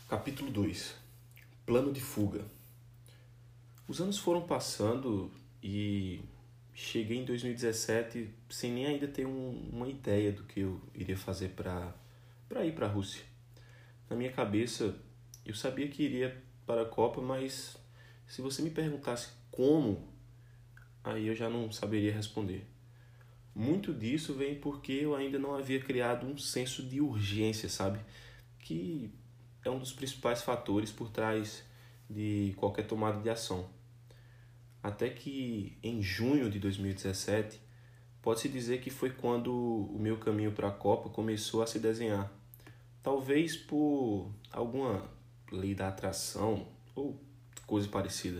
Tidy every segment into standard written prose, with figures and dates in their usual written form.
Capítulo 2. Plano de fuga. Os anos foram passando e cheguei em 2017 sem nem ainda ter uma ideia do que eu iria fazer para ir para a Rússia. Na minha cabeça, eu sabia que iria para a Copa, mas se você me perguntasse como, aí eu já não saberia responder. Muito disso vem porque eu ainda não havia criado um senso de urgência, sabe? Que é um dos principais fatores por trás de qualquer tomada de ação. Até que em junho de 2017, pode-se dizer que foi quando o meu caminho para a Copa começou a se desenhar. Talvez por alguma lei da atração ou coisa parecida.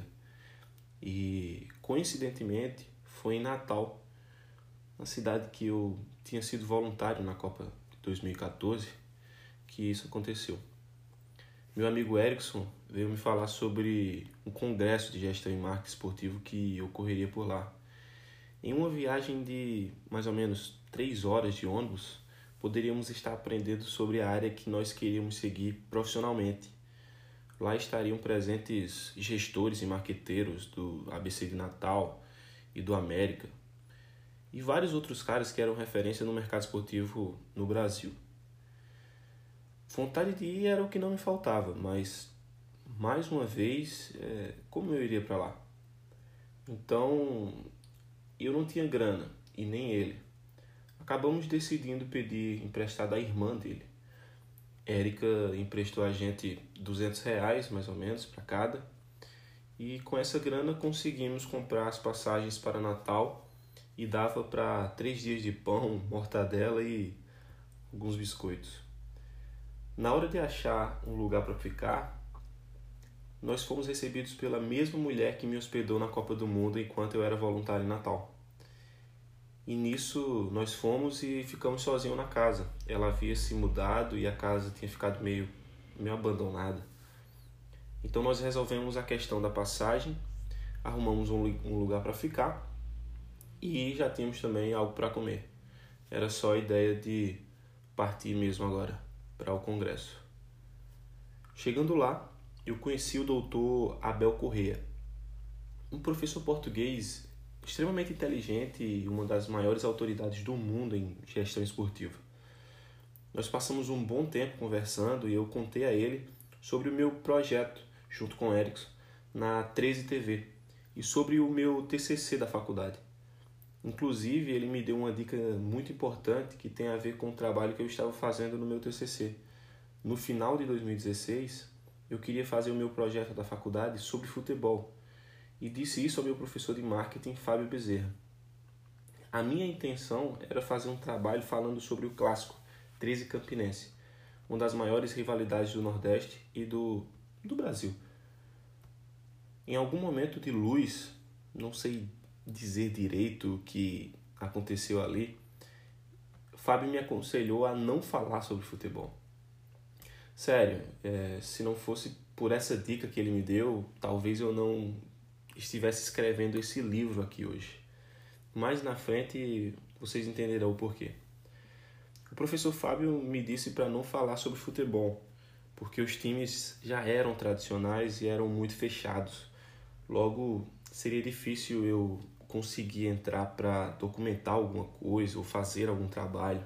E coincidentemente foi em Natal, na cidade que eu tinha sido voluntário na Copa de 2014, que isso aconteceu. Meu amigo Erickson veio me falar sobre um congresso de gestão em marketing esportivo que ocorreria por lá. Em uma viagem de mais ou menos 3 horas de ônibus, poderíamos estar aprendendo sobre a área que nós queríamos seguir profissionalmente. Lá estariam presentes gestores e marqueteiros do ABC de Natal e do América, e vários outros caras que eram referência no mercado esportivo no Brasil. Vontade de ir era o que não me faltava, mas mais uma vez, como eu iria para lá? Então, eu não tinha grana e nem ele. Acabamos decidindo pedir emprestado à irmã dele. Érica emprestou a gente R$ 200 mais ou menos para cada, e com essa grana conseguimos comprar as passagens para Natal e dava para 3 dias de pão, mortadela e alguns biscoitos. Na hora de achar um lugar para ficar, nós fomos recebidos pela mesma mulher que me hospedou na Copa do Mundo enquanto eu era voluntário em Natal. E nisso nós fomos e ficamos sozinhos na casa. Ela havia se mudado e a casa tinha ficado meio abandonada. Então nós resolvemos a questão da passagem, arrumamos um lugar para ficar e já tínhamos também algo para comer. Era só a ideia de partir mesmo agora para o congresso. Chegando lá, eu conheci o doutor Abel Corrêa, um professor português extremamente inteligente e uma das maiores autoridades do mundo em gestão esportiva. Nós passamos um bom tempo conversando e eu contei a ele sobre o meu projeto, junto com o Erickson, na 13 TV e sobre o meu TCC da faculdade. Inclusive, ele me deu uma dica muito importante que tem a ver com o trabalho que eu estava fazendo no meu TCC. No final de 2016, eu queria fazer o meu projeto da faculdade sobre futebol e disse isso ao meu professor de marketing, Fábio Bezerra. A minha intenção era fazer um trabalho falando sobre o clássico 13 Campinense, uma das maiores rivalidades do Nordeste e do Brasil. Em algum momento de luz, não sei dizer direito o que aconteceu ali, Fábio me aconselhou a não falar sobre futebol. Sério, se não fosse por essa dica que ele me deu, talvez eu não estivesse escrevendo esse livro aqui hoje. Mais na frente vocês entenderão o porquê. O professor Fábio me disse para não falar sobre futebol, porque os times já eram tradicionais e eram muito fechados. Logo, seria difícil eu conseguir entrar para documentar alguma coisa ou fazer algum trabalho.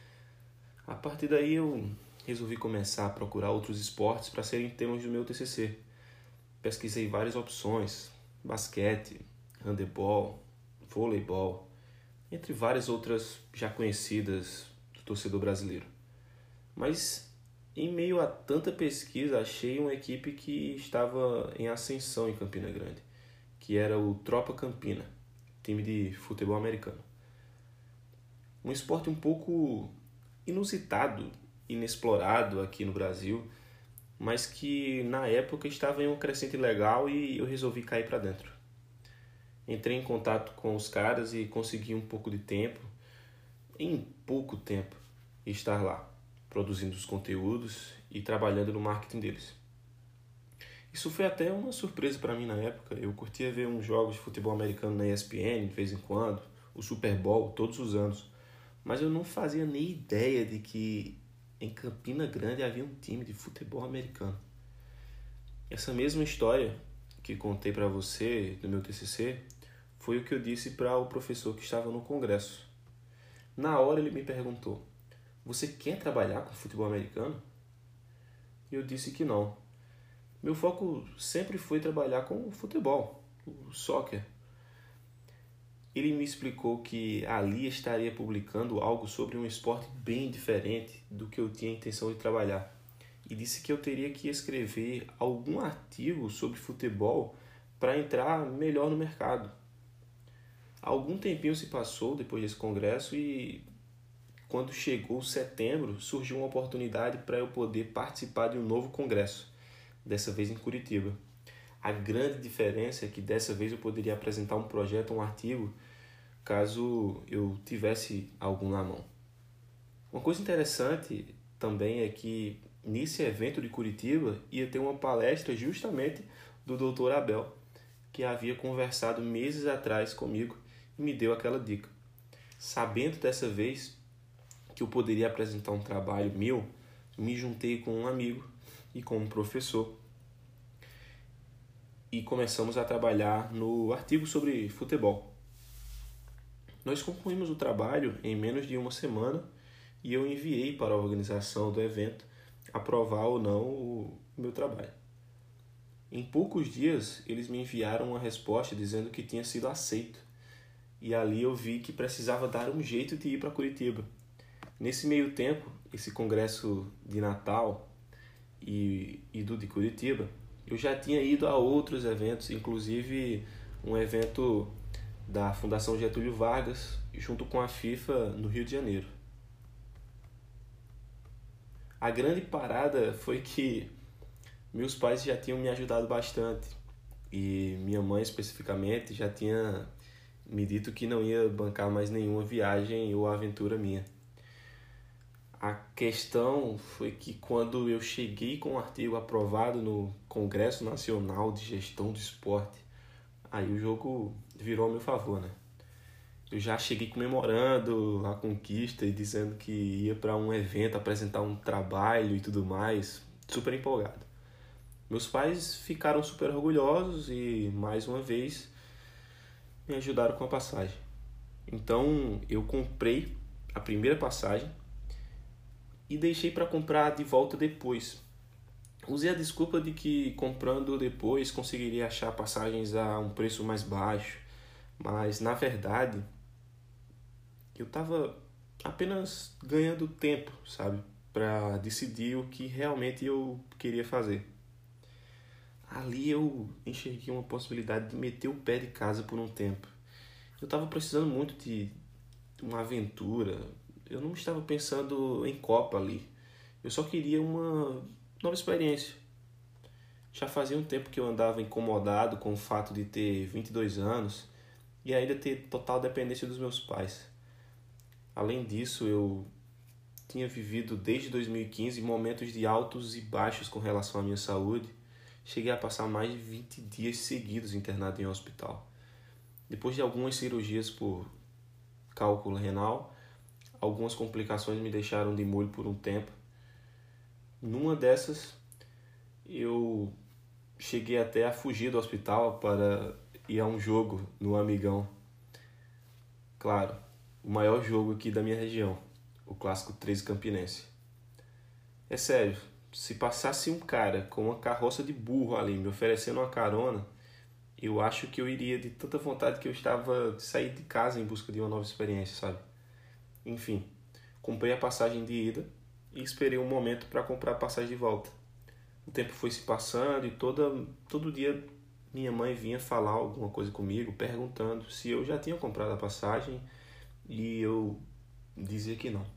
A partir daí eu resolvi começar a procurar outros esportes para serem temas do meu TCC. Pesquisei várias opções: basquete, handebol, voleibol, entre várias outras já conhecidas do torcedor brasileiro. Mas, em meio a tanta pesquisa, achei uma equipe que estava em ascensão em Campina Grande, que era o Tropa Campina, time de futebol americano. Um esporte um pouco inusitado, inexplorado aqui no Brasil, mas que na época estava em um crescente legal e eu resolvi cair para dentro. Entrei em contato com os caras e consegui um pouco de tempo, em pouco tempo, estar lá, produzindo os conteúdos e trabalhando no marketing deles. Isso foi até uma surpresa para mim na época. Eu curtia ver uns jogos de futebol americano na ESPN de vez em quando, o Super Bowl todos os anos, mas eu não fazia nem ideia de que em Campina Grande havia um time de futebol americano. Essa mesma história que contei para você do meu TCC foi o que eu disse para o professor que estava no congresso. Na hora ele me perguntou: "Você quer trabalhar com futebol americano?" E eu disse que não. Meu foco sempre foi trabalhar com o futebol, o soccer. Ele me explicou que ali estaria publicando algo sobre um esporte bem diferente do que eu tinha intenção de trabalhar. E disse que eu teria que escrever algum artigo sobre futebol para entrar melhor no mercado. Algum tempinho se passou depois desse congresso e quando chegou setembro, surgiu uma oportunidade para eu poder participar de um novo congresso, dessa vez em Curitiba. A grande diferença é que dessa vez eu poderia apresentar um projeto, um artigo, caso eu tivesse algum na mão. Uma coisa interessante também é que nesse evento de Curitiba ia ter uma palestra justamente do Dr. Abel, que havia conversado meses atrás comigo e me deu aquela dica. Sabendo dessa vez que eu poderia apresentar um trabalho meu, me juntei com um amigo e com um professor e começamos a trabalhar no artigo sobre futebol. Nós concluímos o trabalho em menos de uma semana e eu enviei para a organização do evento aprovar ou não o meu trabalho. Em poucos dias, eles me enviaram uma resposta dizendo que tinha sido aceito. E ali eu vi que precisava dar um jeito de ir para Curitiba. Nesse meio tempo, esse congresso de Natal e do de Curitiba, eu já tinha ido a outros eventos, inclusive um evento da Fundação Getúlio Vargas, junto com a FIFA no Rio de Janeiro. A grande parada foi que meus pais já tinham me ajudado bastante e minha mãe especificamente já tinha me dito que não ia bancar mais nenhuma viagem ou aventura minha. A questão foi que quando eu cheguei com o artigo aprovado no Congresso Nacional de Gestão do Esporte, aí o jogo virou ao meu favor, né? Eu já cheguei comemorando a conquista e dizendo que ia para um evento apresentar um trabalho e tudo mais, super empolgado. Meus pais ficaram super orgulhosos e, mais uma vez, me ajudaram com a passagem. Então, eu comprei a primeira passagem e deixei para comprar de volta depois. Usei a desculpa de que comprando depois conseguiria achar passagens a um preço mais baixo, mas na verdade eu estava apenas ganhando tempo, sabe, para decidir o que realmente eu queria fazer. Ali eu enxerguei uma possibilidade de meter o pé de casa por um tempo. Eu estava precisando muito de uma aventura. Eu não estava pensando em Copa ali. Eu só queria uma nova experiência. Já fazia um tempo que eu andava incomodado com o fato de ter 22 anos e ainda ter total dependência dos meus pais. Além disso, eu tinha vivido desde 2015 momentos de altos e baixos com relação à minha saúde. Cheguei a passar mais de 20 dias seguidos internado em um hospital. Depois de algumas cirurgias por cálculo renal, algumas complicações me deixaram de molho por um tempo. Numa dessas, eu cheguei até a fugir do hospital para ir a um jogo no Amigão. Claro, o maior jogo aqui da minha região, o Clássico 13 Campinense. É sério, se passasse um cara com uma carroça de burro ali me oferecendo uma carona, eu acho que eu iria de tanta vontade que eu estava de sair de casa em busca de uma nova experiência, sabe? Enfim, comprei a passagem de ida e esperei um momento para comprar a passagem de volta. O tempo foi se passando e todo dia minha mãe vinha falar alguma coisa comigo, perguntando se eu já tinha comprado a passagem e eu dizia que não.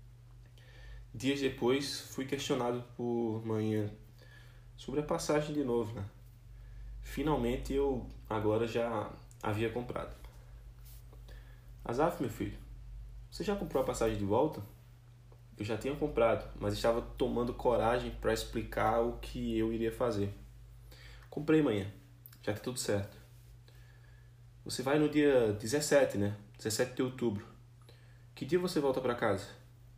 Dias depois fui questionado por manhã sobre a passagem de novo, né? Finalmente eu agora já havia comprado. Azaf, meu filho, você já comprou a passagem de volta? Eu já tinha comprado, mas estava tomando coragem para explicar o que eu iria fazer. Comprei amanhã, já está tudo certo. Você vai no dia 17, né? 17 de outubro. Que dia você volta para casa?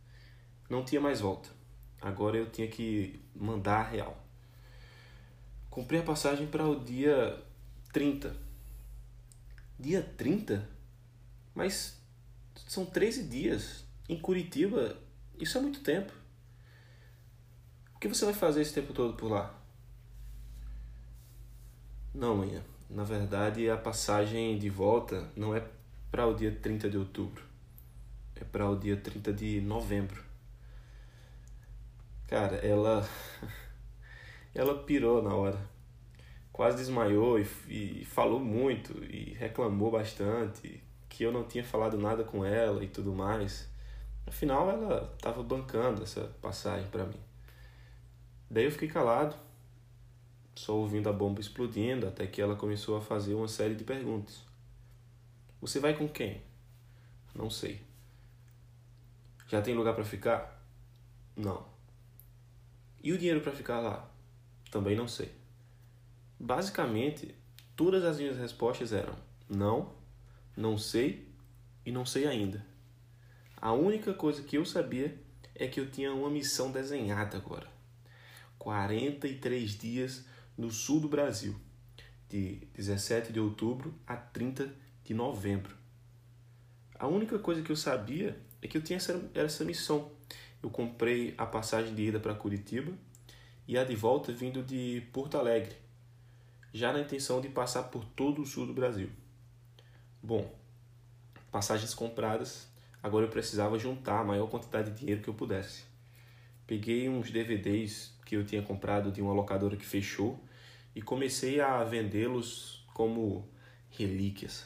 Não tinha mais volta. Agora eu tinha que mandar a real. Comprei a passagem para o dia 30. Dia 30? Mas são 13 dias. Em Curitiba, isso é muito tempo. O que você vai fazer esse tempo todo por lá? Não, manhã. Na verdade, a passagem de volta não é para o dia 30 de outubro. É para o dia 30 de novembro. Cara, ela pirou na hora. Quase desmaiou e falou muito e reclamou bastante que eu não tinha falado nada com ela e tudo mais. Afinal, ela estava bancando essa passagem para mim. Daí eu fiquei calado, só ouvindo a bomba explodindo, até que ela começou a fazer uma série de perguntas. Você vai com quem? Não sei. Já tem lugar para ficar? Não. E o dinheiro para ficar lá? Também não sei. Basicamente, todas as minhas respostas eram não, não sei e não sei ainda. A única coisa que eu sabia é que eu tinha uma missão desenhada agora. 43 dias no sul do Brasil, de 17 de outubro a 30 de novembro. A única coisa que eu sabia é que eu tinha essa missão. Eu comprei a passagem de ida para Curitiba e a de volta vindo de Porto Alegre, já na intenção de passar por todo o sul do Brasil. Bom, passagens compradas, agora eu precisava juntar a maior quantidade de dinheiro que eu pudesse. Peguei uns DVDs que eu tinha comprado de uma locadora que fechou e comecei a vendê-los como relíquias.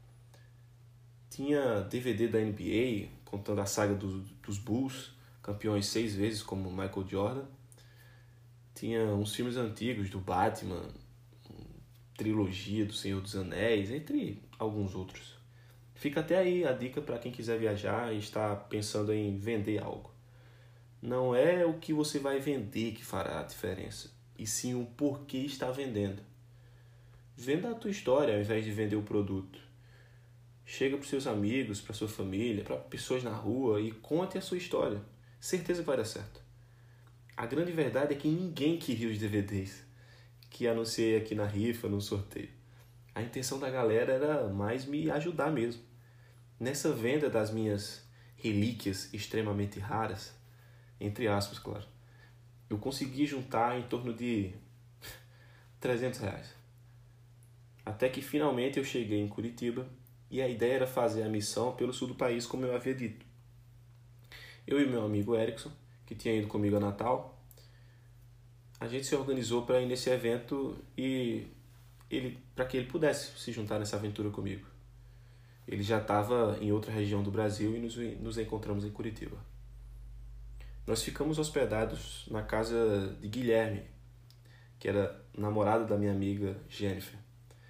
Tinha DVD da NBA, contando a saga dos Bulls, campeões 6 vezes como Michael Jordan. Tinha uns filmes antigos do Batman, trilogia do Senhor dos Anéis, entre alguns outros. Fica até aí a dica para quem quiser viajar e está pensando em vender algo. Não é o que você vai vender que fará a diferença, e sim o porquê está vendendo. Venda a tua história ao invés de vender o produto. Chega para os seus amigos, para sua família, para pessoas na rua e conte a sua história. Certeza que vai dar certo. A grande verdade é que ninguém queria os DVDs que anunciei aqui na rifa, no sorteio. A intenção da galera era mais me ajudar mesmo. Nessa venda das minhas relíquias extremamente raras, entre aspas, claro, eu consegui juntar em torno de R$300. Até que finalmente eu cheguei em Curitiba e a ideia era fazer a missão pelo sul do país, como eu havia dito. Eu e meu amigo Erickson, que tinha ido comigo a Natal, a gente se organizou para ir nesse evento e para que ele pudesse se juntar nessa aventura comigo. Ele já estava em outra região do Brasil e nos encontramos em Curitiba. Nós ficamos hospedados na casa de Guilherme, que era namorado da minha amiga Jennifer.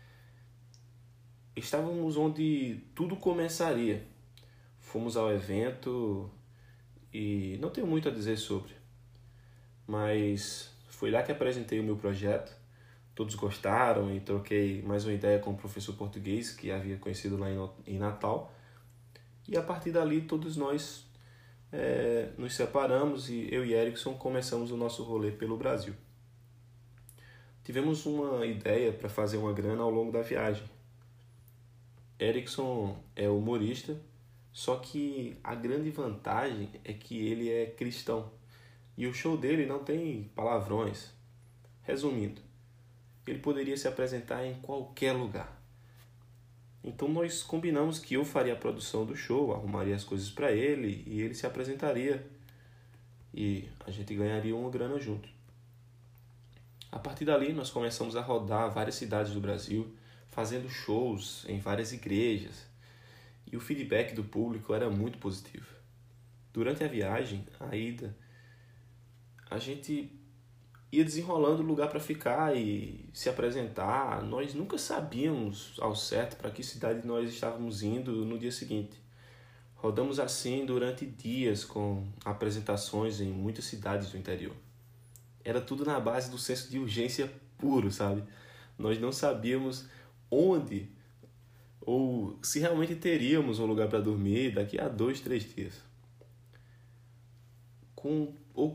Estávamos onde tudo começaria. Fomos ao evento e não tenho muito a dizer sobre, mas foi lá que apresentei o meu projeto. Todos gostaram e troquei mais uma ideia com o professor português que havia conhecido lá em Natal. E a partir dali todos nós nos separamos e eu e Erickson começamos o nosso rolê pelo Brasil. Tivemos uma ideia para fazer uma grana ao longo da viagem. Erickson é humorista, só que a grande vantagem é que ele é cristão e o show dele não tem palavrões. Resumindo, ele poderia se apresentar em qualquer lugar. Então nós combinamos que eu faria a produção do show, arrumaria as coisas para ele e ele se apresentaria e a gente ganharia uma grana junto. A partir dali nós começamos a rodar várias cidades do Brasil, fazendo shows em várias igrejas e o feedback do público era muito positivo. Durante a viagem, a ida, a gente ia desenrolando lugar para ficar e se apresentar. Nós nunca sabíamos ao certo para que cidade nós estávamos indo no dia seguinte. Rodamos assim durante dias com apresentações em muitas cidades do interior. Era tudo na base do senso de urgência puro, sabe? Nós não sabíamos onde ou se realmente teríamos um lugar para dormir daqui a 2, 3 dias.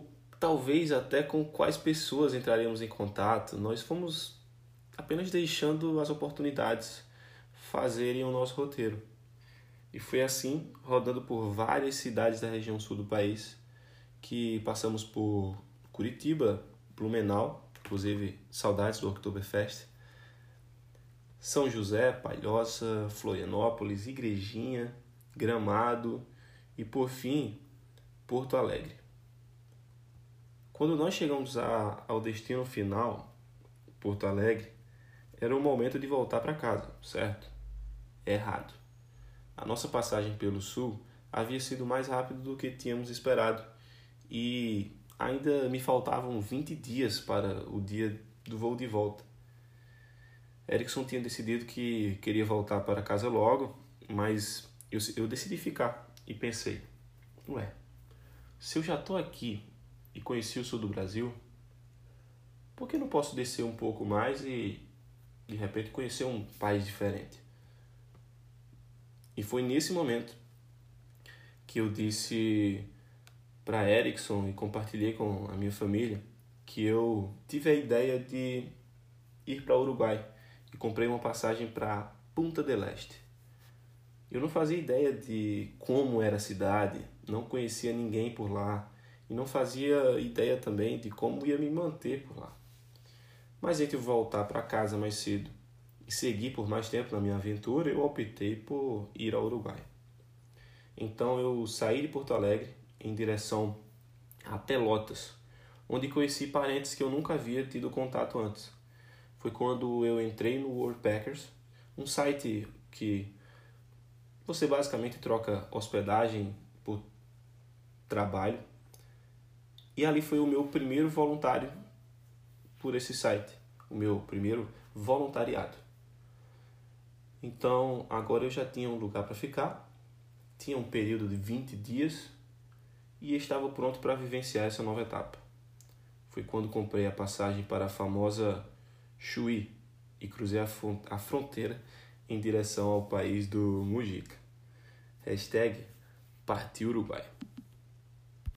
talvez até com quais pessoas entraremos em contato. Nós fomos apenas deixando as oportunidades fazerem o nosso roteiro. E foi assim, rodando por várias cidades da região sul do país, que passamos por Curitiba, Blumenau, inclusive saudades do Oktoberfest, São José, Palhoça, Florianópolis, Igrejinha, Gramado e, por fim, Porto Alegre. Quando nós chegamos ao destino final, Porto Alegre, era o momento de voltar para casa, certo? Errado. A nossa passagem pelo sul havia sido mais rápida do que tínhamos esperado e ainda me faltavam 20 dias para o dia do voo de volta. Erickson tinha decidido que queria voltar para casa logo, mas eu decidi ficar e pensei, se eu já estou aqui e conheci o sul do Brasil, por que não posso descer um pouco mais e de repente conhecer um país diferente? E foi nesse momento que eu disse para Erickson e compartilhei com a minha família que eu tive a ideia de ir para o Uruguai e comprei uma passagem para Punta del Este. Eu não fazia ideia de como era a cidade, não conhecia ninguém por lá e não fazia ideia também de como ia me manter por lá. Mas entre voltar para casa mais cedo e seguir por mais tempo na minha aventura, eu optei por ir ao Uruguai. Então eu saí de Porto Alegre em direção a Pelotas, onde conheci parentes que eu nunca havia tido contato antes. Foi quando eu entrei no Worldpackers, um site que você basicamente troca hospedagem por trabalho. E ali foi o meu primeiro voluntário por esse site, o meu primeiro voluntariado. Então agora eu já tinha um lugar para ficar, tinha um período de 20 dias e estava pronto para vivenciar essa nova etapa. Foi quando comprei a passagem para a famosa Chuí e cruzei a fronteira em direção ao país do Mujica. #Partiu Uruguai.